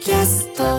キャスト。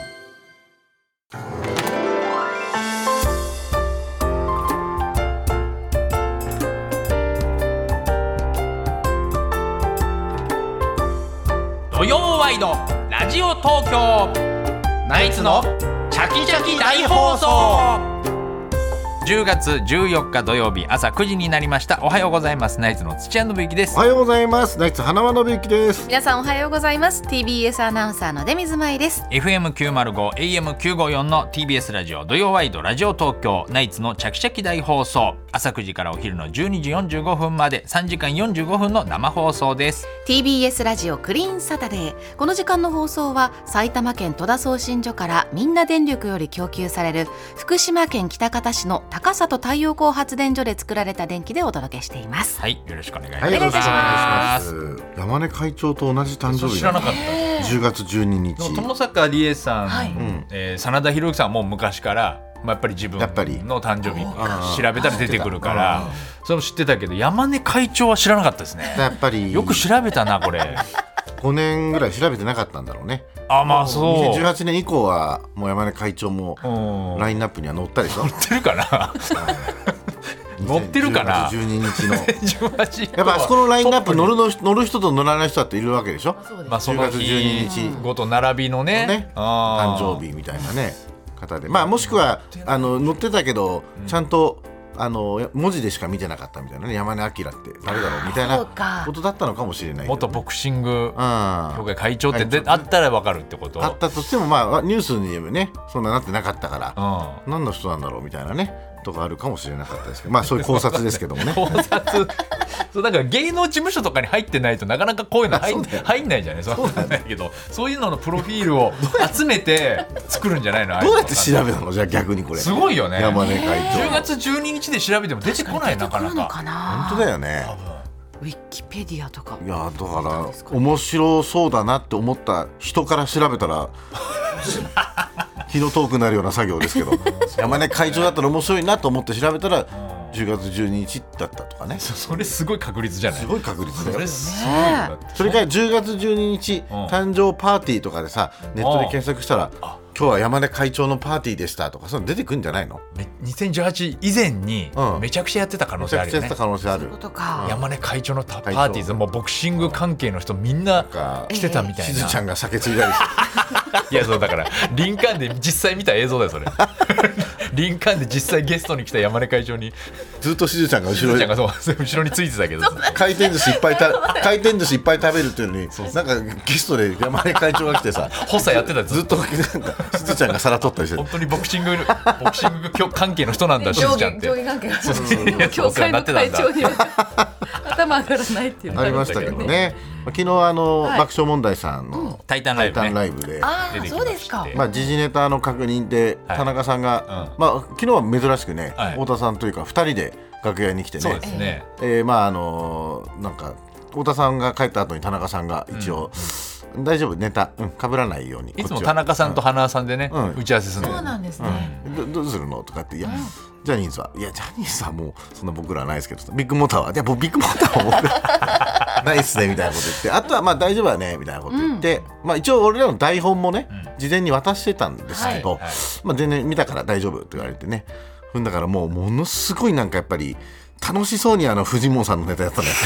土曜ワイドラジオ東京ナイツのチャキチャキ大放送。10月14日土曜日朝9時になりました。おはようございます。ナイツの土屋信之です。 おはようございます。ナイツ花輪信之です。 皆さんおはようございます。 TBS アナウンサーの出水舞です。 FM905 AM954 の TBS ラジオ土曜ワイドラジオ東京ナイツのチャキチャキ大放送。朝9時からお昼の12時45分まで3時間45分の生放送です。 TBS ラジオクリーンサタデー。この時間の放送は埼玉県戸田送信所からみんな電力より供給される福島県喜多方市の高里太陽光発電所で作られた電気でお届けしています。 はい、よろしくお願いします。 はい、よろしくお願いします。山根会長と同じ誕生日。 知らなかった。 10月12日。 友坂理恵さん、 はい、 真田広之さんはもう昔からやっぱり自分の誕生日調べたら出てくるからそれも知ってたけど、山根会長は知らなかったですね。 やっぱりよく調べたなこれ。 5年ぐらい調べてなかったんだろうね。 あ、まあそう。 2018年以降はもう山根会長もラインナップには載ったでしょ。 載ってるかな。載ってるかな。 12日のやっぱあそこのラインナップ乗る人と乗らない人だっているわけでしょ。 まあその日ごと並びのね誕生日みたいなね方で、まあもしくは載ってたけどちゃんと文字でしか見てなかったみたいなね。山根明って誰だろうみたいなことだったのかもしれないけど、ね、 元ボクシング協会会長ってあったら分かるってこと。 あったとしても、まあニュースにもねそんななってなかったから、何の人なんだろうみたいなねとかあるかもしれなかったですけど、まあそういう考察ですけどもね。 考察そうだから芸能事務所とかに入ってないとなかなかこういうの入んないじゃない。そうなんだけど、そういうののプロフィールを集めて作るんじゃないの。 どうやって調べたのじゃあ逆にこれ。 すごいよね。 山根会長 10月12日で調べても出てこないなかなか。 本当だよね。 ウィキペディアとか。 いやだから面白そうだなって思った人から調べたら気の遠くなるような作業ですけど山根会長だったら面白いなと思って調べたら10月12日だったとかね。 それすごい確率じゃない。 すごい確率だよ。 それから10月12日誕生パーティーとかでさネットで検索したら今日は山根会長のパーティーでしたとかそういうの出てくるんじゃないの。 2018以前にめちゃくちゃやってた可能性あるよね。 めちゃくちゃやってた可能性ある。 山根会長のパーティーズもうボクシング関係の人みんな来てたみたいな。 しずちゃんが酒ついだりしていやそうだからリンカーンで実際見た映像だよそれ。リンカーンで実際ゲストに来た山根会長にずっとしずちゃんが後ろについてたけど回転寿司いっぱい食べるっていうのになんかゲストで山根会長が来てさ補佐やってた。 ずっとなんかしずちゃんが皿取ったりして本当にボクシング関係の人なんだしずちゃんって。 上下関係の協会の会長に頭上がらないっていうのありましたけどね。昨日爆笑問題さんのタイタンライブで出てきまして、そうですか。 時事ネタの確認で田中さんが昨日は珍しくね太田さんというか2人で楽屋に来てね。 そうですね。 なんか太田さんが帰った後に田中さんが一応大丈夫ネタ被らないようにいつも田中さんと花さんでね打ち合わせするの。 そうなんですね。 どうするのとかっていやジャニーズはもうそんな僕らはないですけどビッグモーターは僕ビッグモーターは僕ないっすねみたいなこと言ってあとはまあ大丈夫だねみたいなこと言って一応俺らの台本もね事前に渡してたんですけど全然見たから大丈夫って言われてね。だからものすごいなんかやっぱり楽しそうにフジモンさんのネタやったね。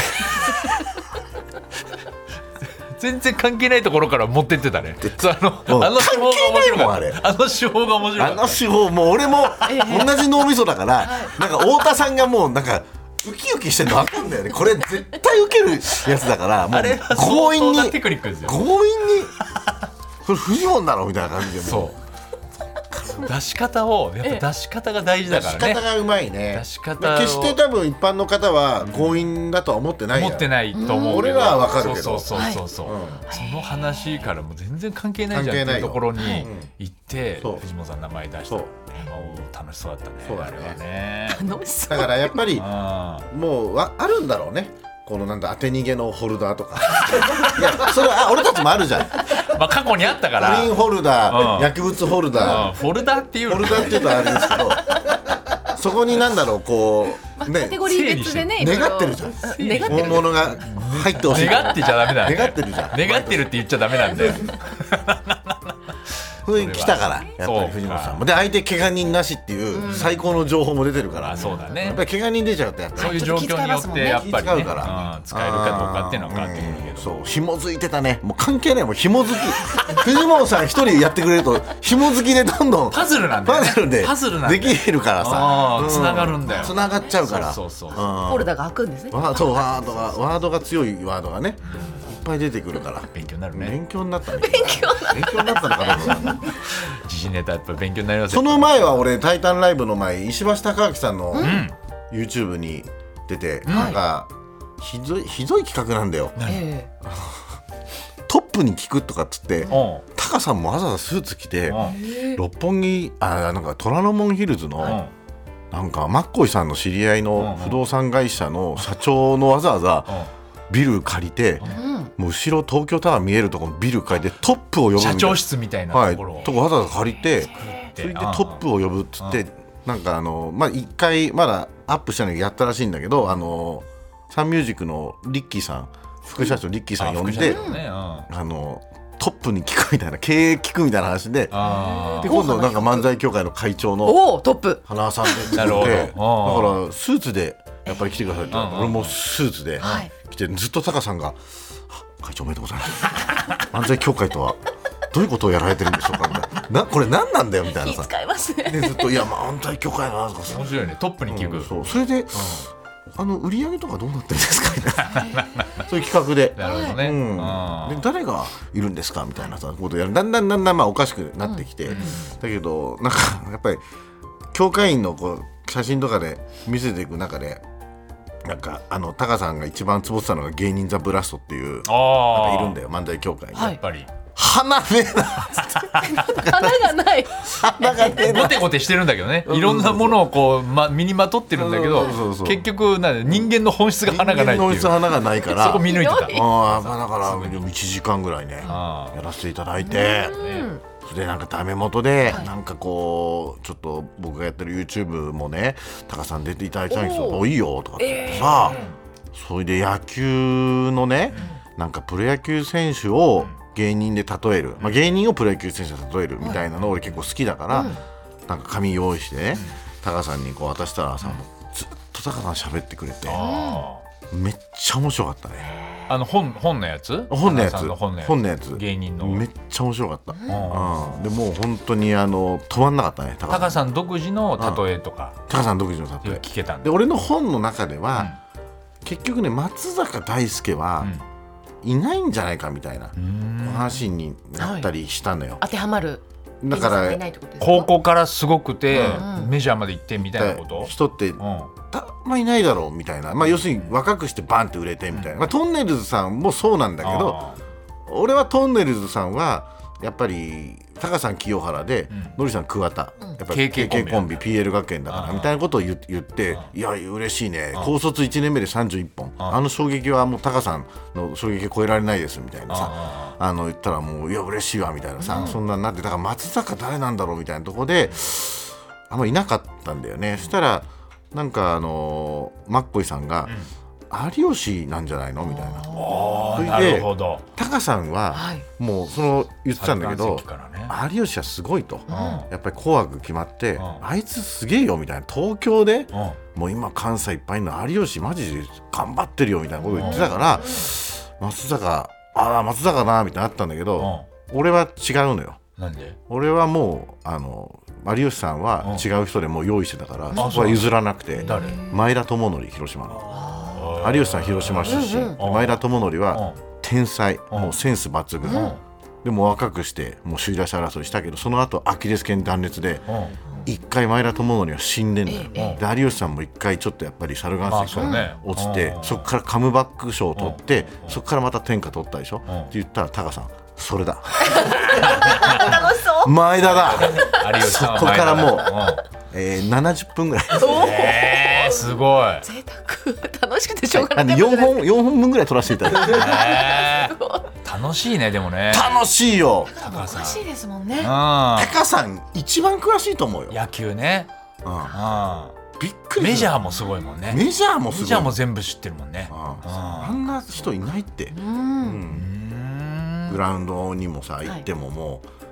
全然関係ないところから持ってってたね。 関係ないもんあれ。 あの手法が面白かった。 手法もう俺も同じ脳みそだからなんか太田さんがもうなんかウキウキしてるの分かんだよね。これ絶対ウケるやつだからもう強引にテクニックですよ。 強引にこれフジモンだろみたいな感じでそう出し方をやっぱ出し方が大事だからね。 出し方がうまいね。 出し方決して多分一般の方は強引だとは思ってないや思ってないと思う。 俺らは分かるけどそうその話からも全然関係ないじゃんっていうところに行って藤本さんの名前出して楽しそうだったね。 そうだね。 あれはね楽しそう。 だからやっぱりもうあるんだろうね。このなんだ当て逃げのホルダーとかいやそれは俺たちもあるじゃん。 過去にあったからプリンホルダー、薬物ホルダー、 フォルダーっていうホルダーっていうとあれですけどそこになんだろうこうねカテゴリー別でね願ってるじゃん。本物が入ってほしい。 願ってちゃダメだ。 願ってるじゃん。 願ってるって言っちゃダメなんだよ雰囲気来たからやっぱり藤本さんもで相手怪我人なしっていう最高の情報も出てるから、 そうだね、 やっぱり怪我人出ちゃうとやっぱりそういう状況によってやっぱりね、 気使うから、 使えるかどうかっていうのは変わってくるけど、 そう紐づいてたね。もう関係ない、もう紐づき藤本さん一人やってくれると紐づきでどんどんパズルなんだよね、 パズルでできるからさ、 つながるんだよ、 つながっちゃうから、 そうそうフォルダが開くんですね。 ワードが強いワードがねいっぱい出てくるから、 勉強になるね、 勉強になったね、勉強になったのかどうか時事ネタやっぱ勉強になりますよ。 その前は俺タイタンライブの前石橋貴明さんの YouTube に出て、なんかひどい企画なんだよ。トップに聞くとかっつってタカさんもわざわざスーツ着て六本木なんか虎ノ門ヒルズのなんかマッコイさんの知り合いの不動産会社の社長のわざわざビル借りて、もう後ろ東京タワー見えるところのビル借りてトップを呼ぶみたいな、 社長室みたいなところを、 とこわざわざ借りて、それでトップを呼ぶっつって、なんか一回まだアップしたのやったらしいんだけど、サンミュージックのリッキーさん、副社長リッキーさん呼んで、トップに聞くみたいな、経営聞くみたいな話で、今度なんか漫才協会の会長のトップ花輪さんでってだからスーツでやっぱり来てくださいって、俺もスーツで来て、ずっとタカさんが会長おめでとうございます漫才協会とはどういうことをやられてるんでしょうかみたいな、これ何なんだよみたいなさ、 使いますね。 でずっといや漫才協会だなとかさ、 面白いね、トップに聞く、 それで売り上げとかどうなってるんですかみたいなそういう企画で、 なるほどね、 で誰がいるんですかみたいなさことをやる、だんだんまあおかしくなってきて、だけどなんかやっぱり協会員のこう写真とかで見せていく中で、なんかタカさんが一番ツボってたのが芸人ザブラストっていうなんかいるんだよ、漫才協会に、 やっぱり鼻ねえな鼻がない鼻がねえなゴテゴテしてるんだけどね、いろんなものをこう、身にまとってるんだけど、結局人間の本質が鼻がないっていう、 人間の本質鼻がないからそこ見抜いてた。 だから1時間ぐらいねやらせていただいて、それでなんかダメ元で、なんかこうちょっと僕がやってる YouTube もねタカさん出ていただいたんですよ、いいよとかって言ってさ、それで野球のね、なんかプロ野球選手を芸人で例える、芸人をプロ野球選手で例えるみたいなの俺結構好きだから、なんか紙用意してねタカさんにこう渡したらさ、ずっとタカさん喋ってくれて、めっちゃ面白かったね。 本のやつ、 本のやつ芸人のめっちゃ面白かった、でもう本当に止まんなかったね。 タカさん独自の例えとか、 タカさん独自の例え聞けたんで、 で俺の本の中では、結局ね松坂大輔はいないんじゃないかみたいな話になったりしたのよ、 当てはまる。 だから高校からすごくて、メジャーまで行ってみたいなこと、 人っていないだろうみたいな、要するに若くしてバンって売れてみたいな、トンネルズさんもそうなんだけど、俺はトンネルズさんはやっぱりタカさん清原で、ノリさん桑田、やっぱり KK コンビ PL 学園だからみたいなことを言って、いや嬉しいね、高卒1年目で31本、衝撃はもうタカさんの衝撃超えられないですみたいなさ、言ったらもういや嬉しいわみたいなさ、そんなんなって、だから松坂誰なんだろうみたいなところであんまいなかったんだよね。そしたらなんかマッコイさんが、有吉なんじゃないのみたいな。それでタカさんはもう言ってたんだけど、有吉はすごいと、やっぱり紅白決まって、あいつすげえよみたいな、東京でもう今関西いっぱいの有吉マジで頑張ってるよみたいなことを言ってたから、松坂なみたいなあったんだけど、俺は違うのよ。 なんで？ 俺はもう有吉さんは違う人でもう用意してたから、そこは譲らなくて、前田智則、広島の有吉さん広島出身、前田智則は天才、もうセンス抜群、でも若くしてもう首位打者争いしたけど、その後アキレス腱断裂で一回前田智則は死んでんだよ、で有吉さんも一回ちょっとやっぱり猿岩石から落ちて、そこからカムバック賞を取って、そこからまた天下取ったでしょ、って言ったらタカさんそれだ前田だそこからもう、70分ぐらいすごい贅沢、楽しくてしょうがない、 4本分ぐらい撮らせていただいて楽しいね。でもね楽しいよ。 詳しいですもんね。 タカさん一番詳しいと思うよ、 野球ね。 びっくり。 メジャーもすごいもんね。 メジャーもすごい。 メジャーも全部知ってるもんね。 あんな人いないって。グラウンドにもさ行ってもも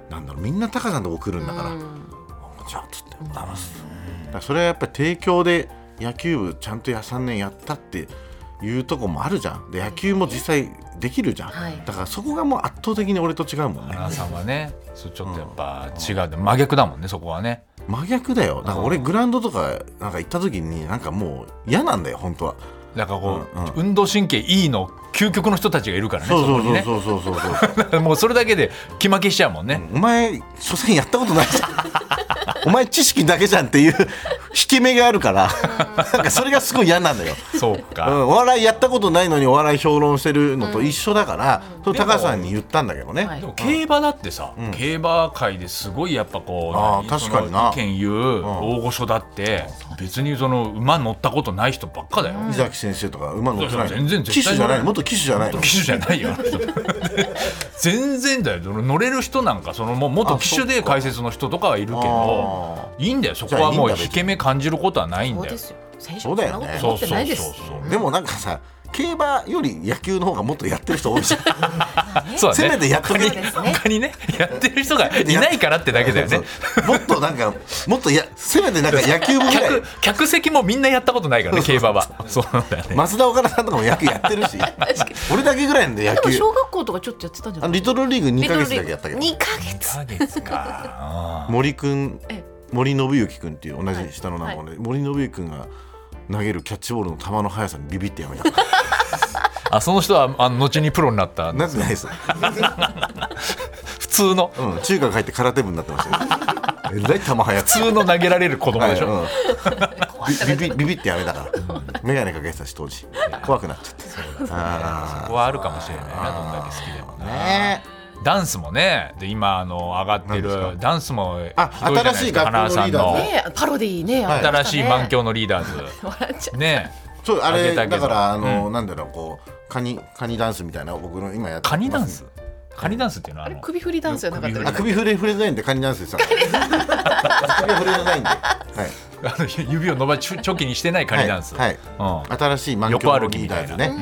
なんだろう、みんなタカさんとこ来るんだから、じゃあつってだからそれはやっぱり帝京で野球部ちゃんと3年やったっていうとこもあるじゃん。で野球も実際できるじゃん、だからそこがもう圧倒的に俺と違うもんね。 花さんはね、そうちょっとやっぱ違う、真逆だもんね、そこはね。 真逆だよ。だから俺グラウンドとかなんか行った時になんかもう嫌なんだよ本当は。 だからこう、運動神経いいの究極の人たちがいるからね。そうもうそれだけで気負けしちゃうもんね。 お前所詮やったことないじゃんお前知識だけじゃんっていう引け目があるからなんかそれがすごい嫌なんだよ。 そうか、 お笑いやったことないのにお笑い評論してるのと一緒だから、それ高さんに言ったんだけどね。 でも競馬だってさ、競馬界ですごいやっぱこう確かにな意見言う大御所だって、別にその馬乗ったことない人ばっかだよ。 伊崎先生とか馬乗ってない。 全然騎手じゃない、元騎手じゃないの。 騎手じゃないよ全然だよ。乗れる人なんかそのもう元騎手で解説の人とかはいるけど、いいんだよ。そこはもう引け目感じることはないんだよ。 そうだよね。でもなんかさ、競馬より野球の方がもっとやってる人多いじゃんそうだね、 せめてやっとけ他にねやってる人がいないからってだけだよね。 もっとなんかもっとせめてなんか野球部ぐらい客席もみんなやったことないからね、競馬は。そうなんだよね。 増田岡田さんとかも野球やってるし俺だけぐらいで野球。 でも小学校とかちょっとやってたんじゃない？ リトルリーグ2ヶ月だけやったけど。 2ヶ月か森信之君っていう同じ下の名前で、森信之君が投げるキャッチボールの球の速さにビビってやめたあ、その人は後にプロになったなってないです普通の、 中学入って空手部になってましたけどえらい球速い、 普通の投げられる子供でしょ、 ビビってやめたから眼鏡かけてたし当時怖くなっちゃって。そこはあるかもしれないな、どんだけ好きでもね。 ダンスもね、で今上がってるダンスも新しい学校のリーダーズ、 パロディーね、 新しい満響のリーダーズね。 そうあれだからなんだろう、こうカニダンスみたいな、僕の今やってます。 カニダンスっていうのは首振りダンスじゃなかった。 首振れないんでカニダンスでさ首振れないんで、 指を伸ばしチョキにしてないカニダンス、 新しい満響のリーダーズね、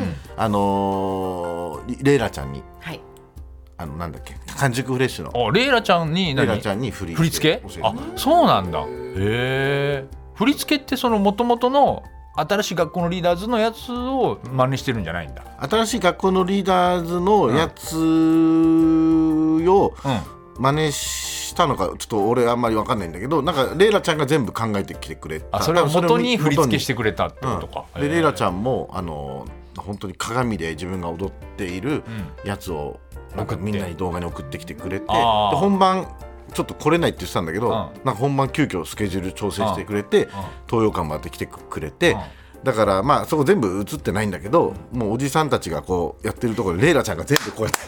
レイラちゃんになんだっけ、完熟フレッシュのレイラちゃんに振り付け。あ、そうなんだ。へえ。振り付けってその元々の新しい学校のリーダーズのやつを真似してるんじゃないんだ。 新しい学校のリーダーズのやつを真似したのかちょっと俺あんまり分かんないんだけど、なんかレイラちゃんが全部考えてきてくれた。 それを元に振り付けしてくれたってことか。 でレイラちゃんも本当に鏡で自分が踊っているやつをなんかみんなに動画に送ってきてくれて、で本番ちょっと来れないって言ってたんだけど、なんか本番急遽スケジュール調整してくれて、東洋館まで来てくれて、だからまあそこ全部映ってないんだけど、もうおじさんたちがこうやってるところでレイラちゃんが全部こうやって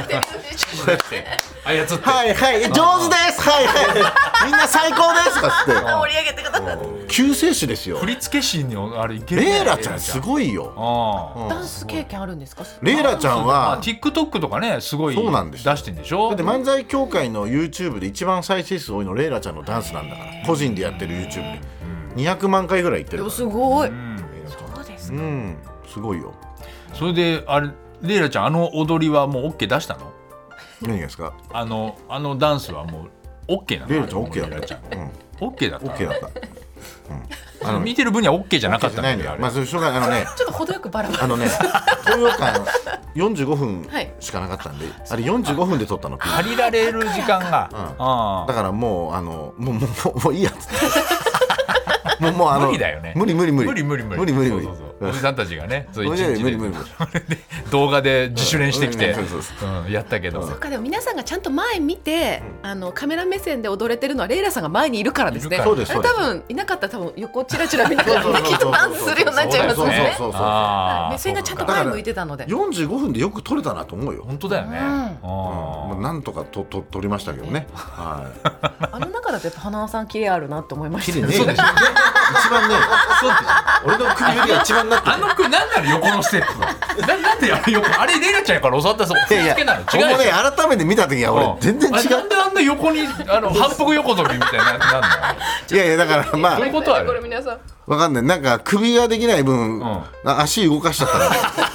操って、 はいはい上手です、はいはいみんな最高ですかって盛り上げてください。救世主ですよ。 振り付け師にあれいけるね。 レイラちゃんすごいよ。 ダンス経験あるんですか？ レイラちゃんは TikTok とかねすごい出してんでしょ。 だって漫才協会の YouTube で一番再生数多いのレイラちゃんのダンスなんだから、個人でやってる YouTube で200万回ぐらいいってるから。 すごい。 そうですか。すごいよ。 それでレイラちゃん踊りはもう OK 出したの？ 何がですか？ ダンスはもう OK なの？ レイラちゃん OK だった。 OK だった。 OK だった。 見てる分には OK じゃなかったんだけど、 まあそれしょうがない。 ちょっと程よくバラバラ。 東洋館45分しかなかったんで、あれ45分で撮ったの。 借りられる時間が。 だからもういいやつって。もう無理だよね。 無理。 おじさんたちがね、 無理動画で自主練してきてやったけど。 そうか、でも皆さんがちゃんと前見てカメラ目線で踊れてるのはレイラさんが前にいるからですね。 そうです。 多分いなかったら多分横チラチラ見ながらきっとダンスするようになっちゃいますね。目線がちゃんと前向いてたので。 45分でよく撮れたなと思うよ。 本当だよね。 なんとか撮りましたけどね。 あの中だとやっぱ花輪さん綺麗あるなと思いました。 一番ね、俺の首よりは一番なってる。 首なんなの横のステップは。なんであれレイラちゃんから教わったそこつけなの？違う。 ね、改めて見た時は俺全然違う。 なんであんな横に反復横跳びみたいななんの？ いやだからまあ。 これ皆さん。 わかんない。なんか首ができない分足動かしちゃったの。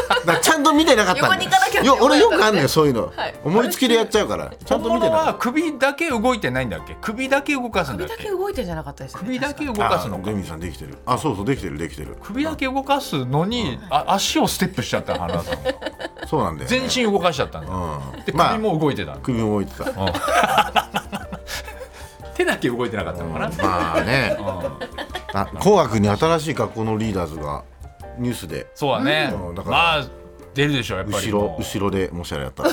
からちゃんと見てなかったんだ横に行かなきゃって思わ俺れたらねよくあんのよそういうの、 はい思いつきでやっちゃうからちゃんと見て本物はなかっ首だけ動いてないんだっけ？首だけ動かすんだっけ？ 首だけ動いてんじゃなかったですよね。 首だけ動たかすのかデミさんできてるそうできてる首だけ動かすのに、足をステップしちゃった花田さんそうなんだよ、ね、 全身動かしちゃったんだ、でまあ首も動いてた、 首も動いてた手だけ動いてなかったのかな、 まあね紅白に新しい学校のリーダーズがニュースでそうだね、 だからまあ出るでしょやっぱり後ろでもしあれやったら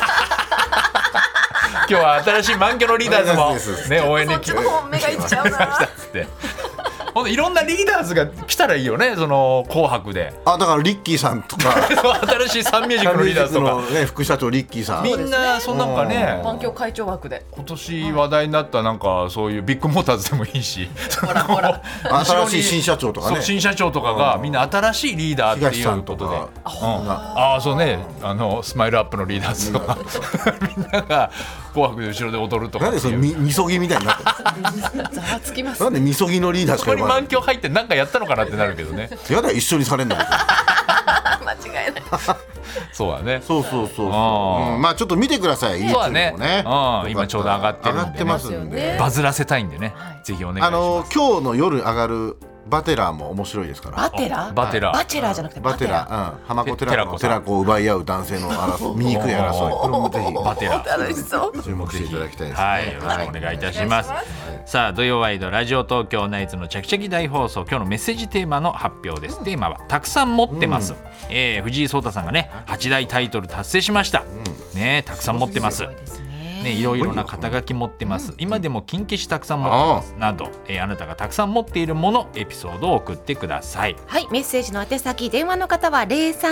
今日は新しい満響のリーダーズもですね応援に来そっちの方目がいっちゃうな。 たっつってほんといろんなリーダーズが来たらいいよねその紅白でだからリッキーさんとか新しいサンミュージックのリーダーズとかの、ね、副社長リッキーさんみんなそんなんかね環境会長枠で。 今年話題になったなんかそういうビッグモーターズでもいいしほらほら。 新しい新社長とかねそう新社長とかがみんな新しいリーダーっていうことで、そうねスマイルアップのリーダーズとかみんなが紅白で後ろで踊るとかなんでそのみそぎみたいになってざわつきますな。んでみそぎのリーダーしそこにか呼ばない満響入って何かやったのかなってなるけどねやだ一緒にされんだけど間違いない。 そうだねそう、まあちょっと見てくださいそうだ YouTube ねもね今ちょうど上がってるんでね上がってますんでバズらせたいんでね、ぜひお願いします今日の夜上がるバテラーも面白いですからバテラ？ バテラバチェラーじゃなくてバテバテラ。 ラ浜子テラコテラコを奪い合う男性の醜い争いこれもぜバテラ楽しそう。 ひ注目していただきたいですねはい、よろしくお願いいたします。さあ、土曜ワイドラジオ東京ナイツのチャキチャキ大放送、今日のメッセージテーマの発表です。テーマはたくさん持ってます。藤井聡太さんがね、8大タイトル達成しました。ね、たくさん持ってます。ね、いろいろな肩書き持ってます。今でも金消したくさん持ってますなど、あなたがたくさん持っているものエピソードを送ってください。 はい、メッセージの宛先、電話の方は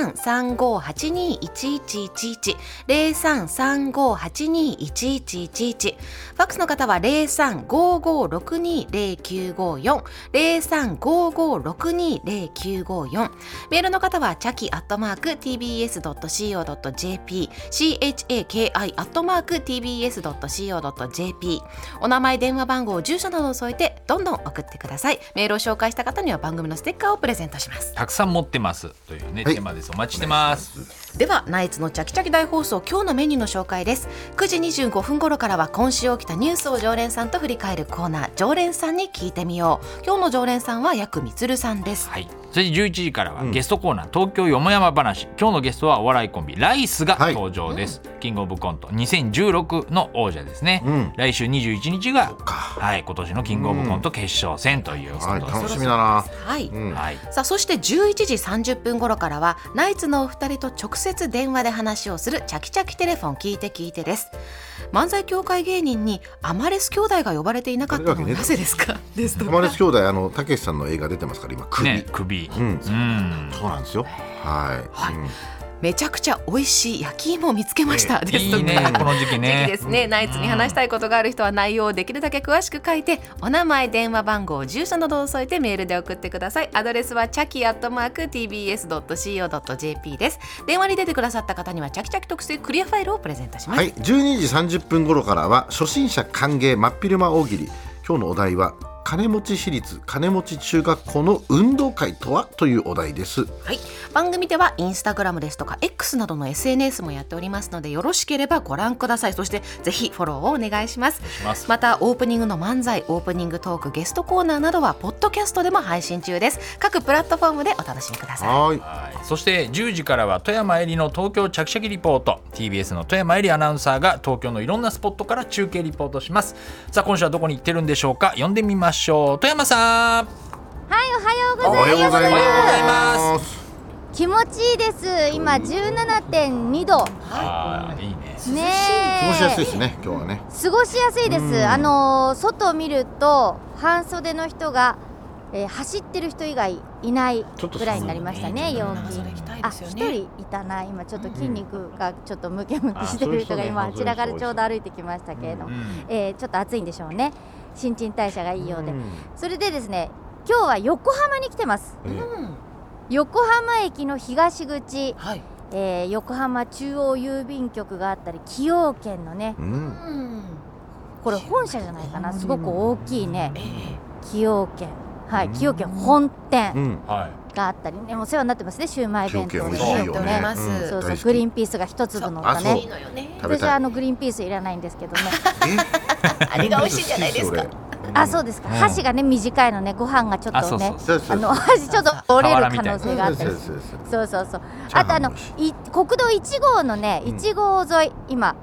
03-3582-1111 03-3582-1111、ファックスの方は03-5562-0954 03-5562-0954、メールの方はチャキ@tbs.co.jp chaki@tbs.co.jp、お名前、電話番号、住所などを添えてどんどん送ってください。メールを紹介した方には番組のステッカーをプレゼントします。 たくさん持ってますというね、テーマです。お待ちしてます。 ではナイツのチャキチャキ大放送、今日のメニューの紹介です。9時25分頃からは今週起きたニュースを常連さんと振り返るコーナー、常連さんに聞いてみよう。今日の常連さんはやくみつるさんです。 はい、それで11時からはゲストコーナー、東京よもやま話。今日のゲストはお笑いコンビライスが登場です。キングオブコント2016の王者ですね。来週21日が、はい、今年のキングオブコント決勝戦ということです。 楽しみだな。 はい、 はい、 さあそして11時30分頃からはナイツのお二人と直接電話で話をするチャキチャキテレフォン聞いて聞いてです。漫才協会芸人にアマレス兄弟が呼ばれていなかったのはなぜですかですとか。 アマレス兄弟たけしさんの映画出てますから今首、 ね、首、 そうなんですよ。はい、 めちゃくちゃ美味しい焼き芋を見つけました、ですとか。 いいね、この時期ね。 時期ですね。ナイツに話したいことがある人は内容をできるだけ詳しく書いて、お名前、電話番号、住所などを添えてメールで送ってください。アドレスはチャキ@tbs.co.jp です。電話に出てくださった方にはチャキチャキ特製クリアファイルをプレゼントします。 はい、12時30分頃からは初心者歓迎真っ昼間大喜利。今日のお題は金持市立金持中学校の運動会とはというお題です。 はい、番組ではインスタグラムですとか X などの SNS もやっておりますので、よろしければご覧ください。そしてぜひフォローをお願いします。またオープニングの漫才、オープニングトーク、ゲストコーナーなどはポッドキャストでも配信中です。各プラットフォームでお楽しみください。 はい、 そして10時からは富山えりの東京チャキチャキリポート。 TBS の富山えりアナウンサーが東京のいろんなスポットから中継リポートします。さあ今週はどこに行ってるんでしょうか。呼んでみましょう。富山さん。 はい、おはようございます。 おはようございます。 気持ちいいです。今 17.2 度。 あー、いいね。 ね過ごしやすいですね今日はね。 過ごしやすいです。外を見ると半袖の人が、走ってる人以外いないぐらいになりましたね。陽気。一人いたな。今ちょっと筋肉がちょっとムキムキしてる人が今あちらからちょうど歩いてきましたけれども、ちょっと暑いんでしょうね。新陳代謝がいいようで、それでですね、今日は横浜に来てます。横浜駅の東口、はい、横浜中央郵便局があったり、崎陽軒のね、これ本社じゃないかな、すごく大きいね、崎陽軒、はい、崎陽軒本店、 があったりね、お世話になってますね、シウマイ弁当美味でしいよね。 そうそう、グリーンピースが一粒乗ったね。私はグリーンピースいらないんですけどね。 あれが美味しいじゃないですか。 あ、そうですか。箸がね短いのね、ご飯がちょっとね、箸ちょっと折れる可能性があったり。そうそうそう。あと国道1号のね、1号沿い今、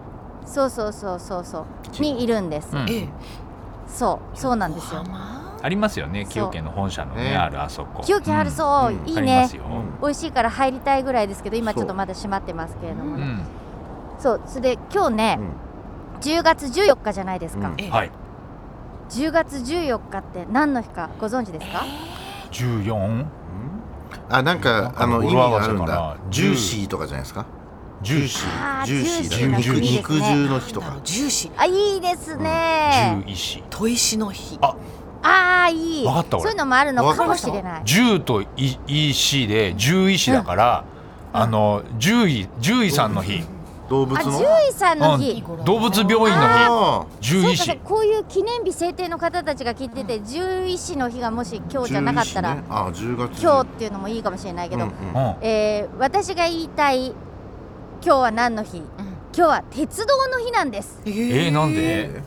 そうにいるんです。そうなんですよ。 ありますよね、崎陽軒の本社のね、あるあそこ。 崎陽軒ある、そう、いいね。美味しいから入りたいぐらいですけど、今ちょっとまだ閉まってますけれどもね。そう、それで今日ね、10月14日じゃないですか。 はい。 10月14日って何の日かご存知ですか ？14？ なんか意味があるんだ。ジューシーとかじゃないですか。ジューシー、肉汁の日とか。 ジューシー。 あ、いいですね。 獣医師。 砥石の日。 いい。 わかった俺。 そういうのもあるのかもしれない。 獣と石で獣医師だから、獣医さんの日。 動物の獣医さんの日、 動物病院の日、獣医師。 こういう記念日制定の方たちが聞いてて、獣医師の日がもし今日じゃなかったら、 10月今日っていうのもいいかもしれないけど、私が言いたい今日は何の日？今日は鉄道の日なんです。 なんで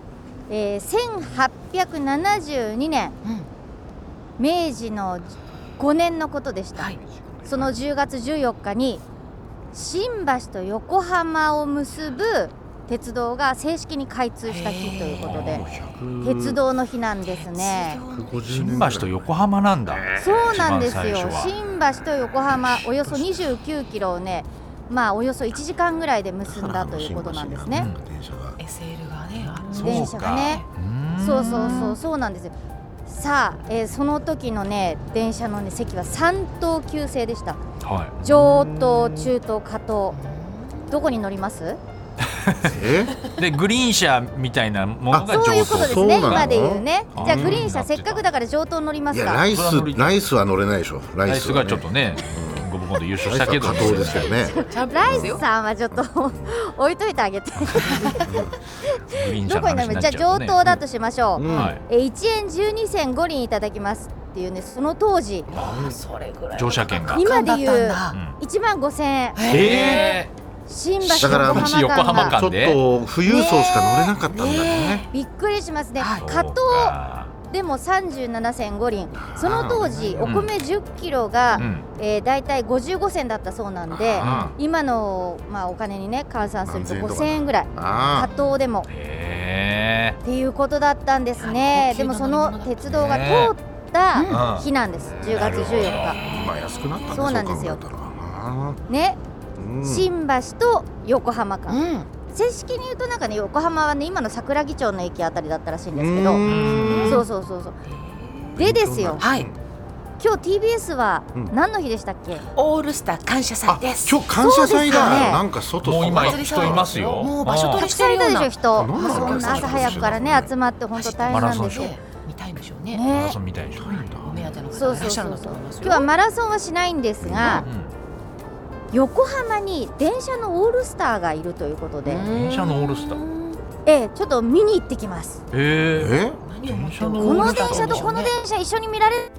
？1872年、明治の5年のことでした。その10月14日に新橋と横浜を結ぶ鉄道が正式に開通した日ということで、鉄道の日なんですね。 新橋と横浜なんだ。 そうなんですよ。新橋と横浜およそ29キロをね、およそ1時間ぐらいで結んだということなんですね。 SL がね、 電車がね、そうなんですよ。さあ、その時のね電車のね席は3等級制でした。上等、中等、下等。どこに乗ります？ でグリーン車みたいなものが上等。 そういうことですね、今で言うね。じゃあグリーン車せっかくだから上等乗りますか？ ライスは乗れないでしょ。ライスがちょっとね、ゴムコンで優勝したけど、 加藤ですけどね。 ライスさんはちょっと置いといてあげて。どこに乗る？じゃあ上等だとしましょう。1円12銭5厘いただきますっていうね、その当時乗車券が今で言う15000円。新橋横浜間でちょっと富裕層しか乗れなかったんだよね。 びっくりしますね。加藤でも37銭5厘。その当時お米10キロがだいたい55銭だったそうなんで、今のお金にね換算すると5000円ぐらい、加藤でもっていうことだったんですね。でもその鉄道が通った日なんです、10月14日。 安くなったんだ。 そうなんですよね。新橋と横浜間、正式に言うとなんかね、横浜はね今の桜木町の駅あたりだったらしいんですけど、そうでですよ、今日 TBS は何の日でしたっけ？ オールスター感謝祭です。 今日感謝祭だ。なんか外もう今人いますよ。 もう場所取りしてるような。 たくさんいたでしょ人。そんな朝早くからね集まって本当大変なんですよ。 見たいんでしょうね。 マラソンみたいでしょ。 そう今日はマラソンはしないんですが、横浜に電車のオールスターがいるということで、 電車のオールスター、ちょっと見に行ってきます。この電車とこの電車一緒に見られる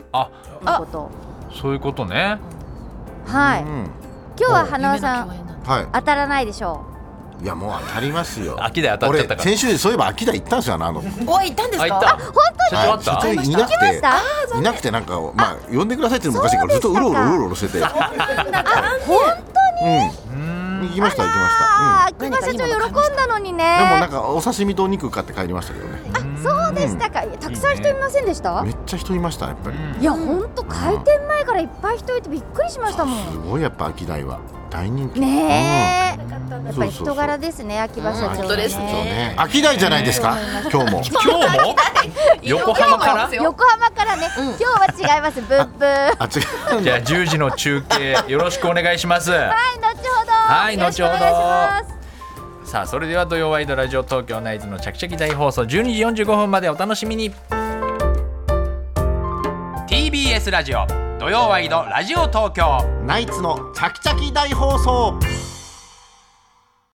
そういうことね。 はい、今日は花輪さん当たらないでしょう。 いやもう当たりますよ。 秋田当たっちゃったから。 先週そういえば秋田行ったんですよ。 行ったんですか？ 本当に？ 社長いなくてなんか呼んでくださいっていうのもおかしいからずっとうろうろしてて。 本当に？ 行きました。 久保社長喜んだのにね。 でもなんかお刺身とお肉買って帰りましたけどね。 そうでしたか。たくさん人いませんでした？ めっちゃ人いましたやっぱり。 いや本当開店前からいっぱい人いてびっくりしましたもん。 すごいやっぱ秋台は大人気ね。やっぱり人柄ですね、秋葉社長ね。 秋台じゃないですか。今日も横浜からね。今日は違います。ブッブー。 じゃあ10時の中継よろしくお願いします。 はい、後ほど。 さあそれでは土曜ワイドラジオ東京ナイツのチャキチャキ大放送12時45分までお楽しみに。 TBS ラジオ土曜ワイドラジオ東京ナイツのチャキチャキ大放送。